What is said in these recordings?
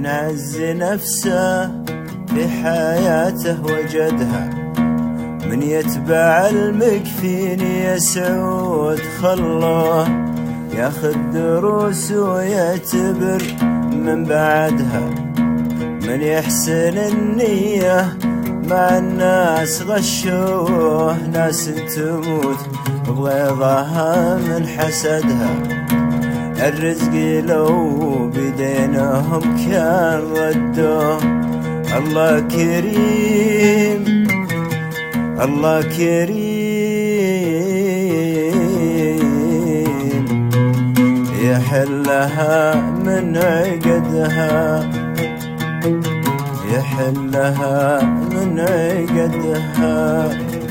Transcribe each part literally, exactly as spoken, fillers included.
من عز نفسه في حياته وجدها، من يتبع المكفين يسعود خلاه، ياخذ دروس ويعتبر من بعدها، من يحسن النية مع الناس غشوه، ناس تموت بغيظها من حسدها، الرزق لو بدينهم كان ردوه، الله كريم الله كريم يحلها من عقدها، يحلها من عقدها،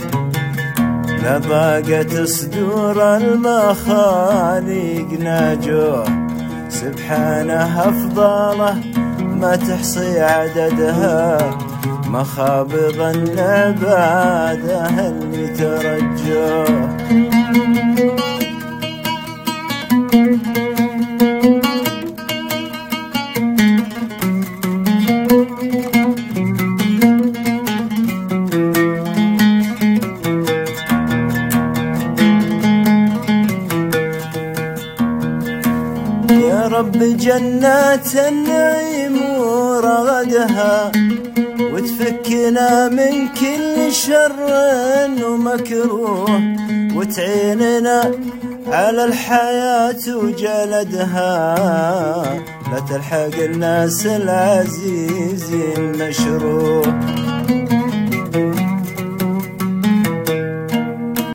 لضاقت صدور المخاليق ناجوه، سبحانه أفضله ما تحصي عددها، مخابض العبادة اللي ترجوه. يا رب جنات النعيم ورغدها، وتفكنا من كل شر ومكروه، وتعيننا على الحياة وجلدها، لا تلحق الناس العزيزين مشروه.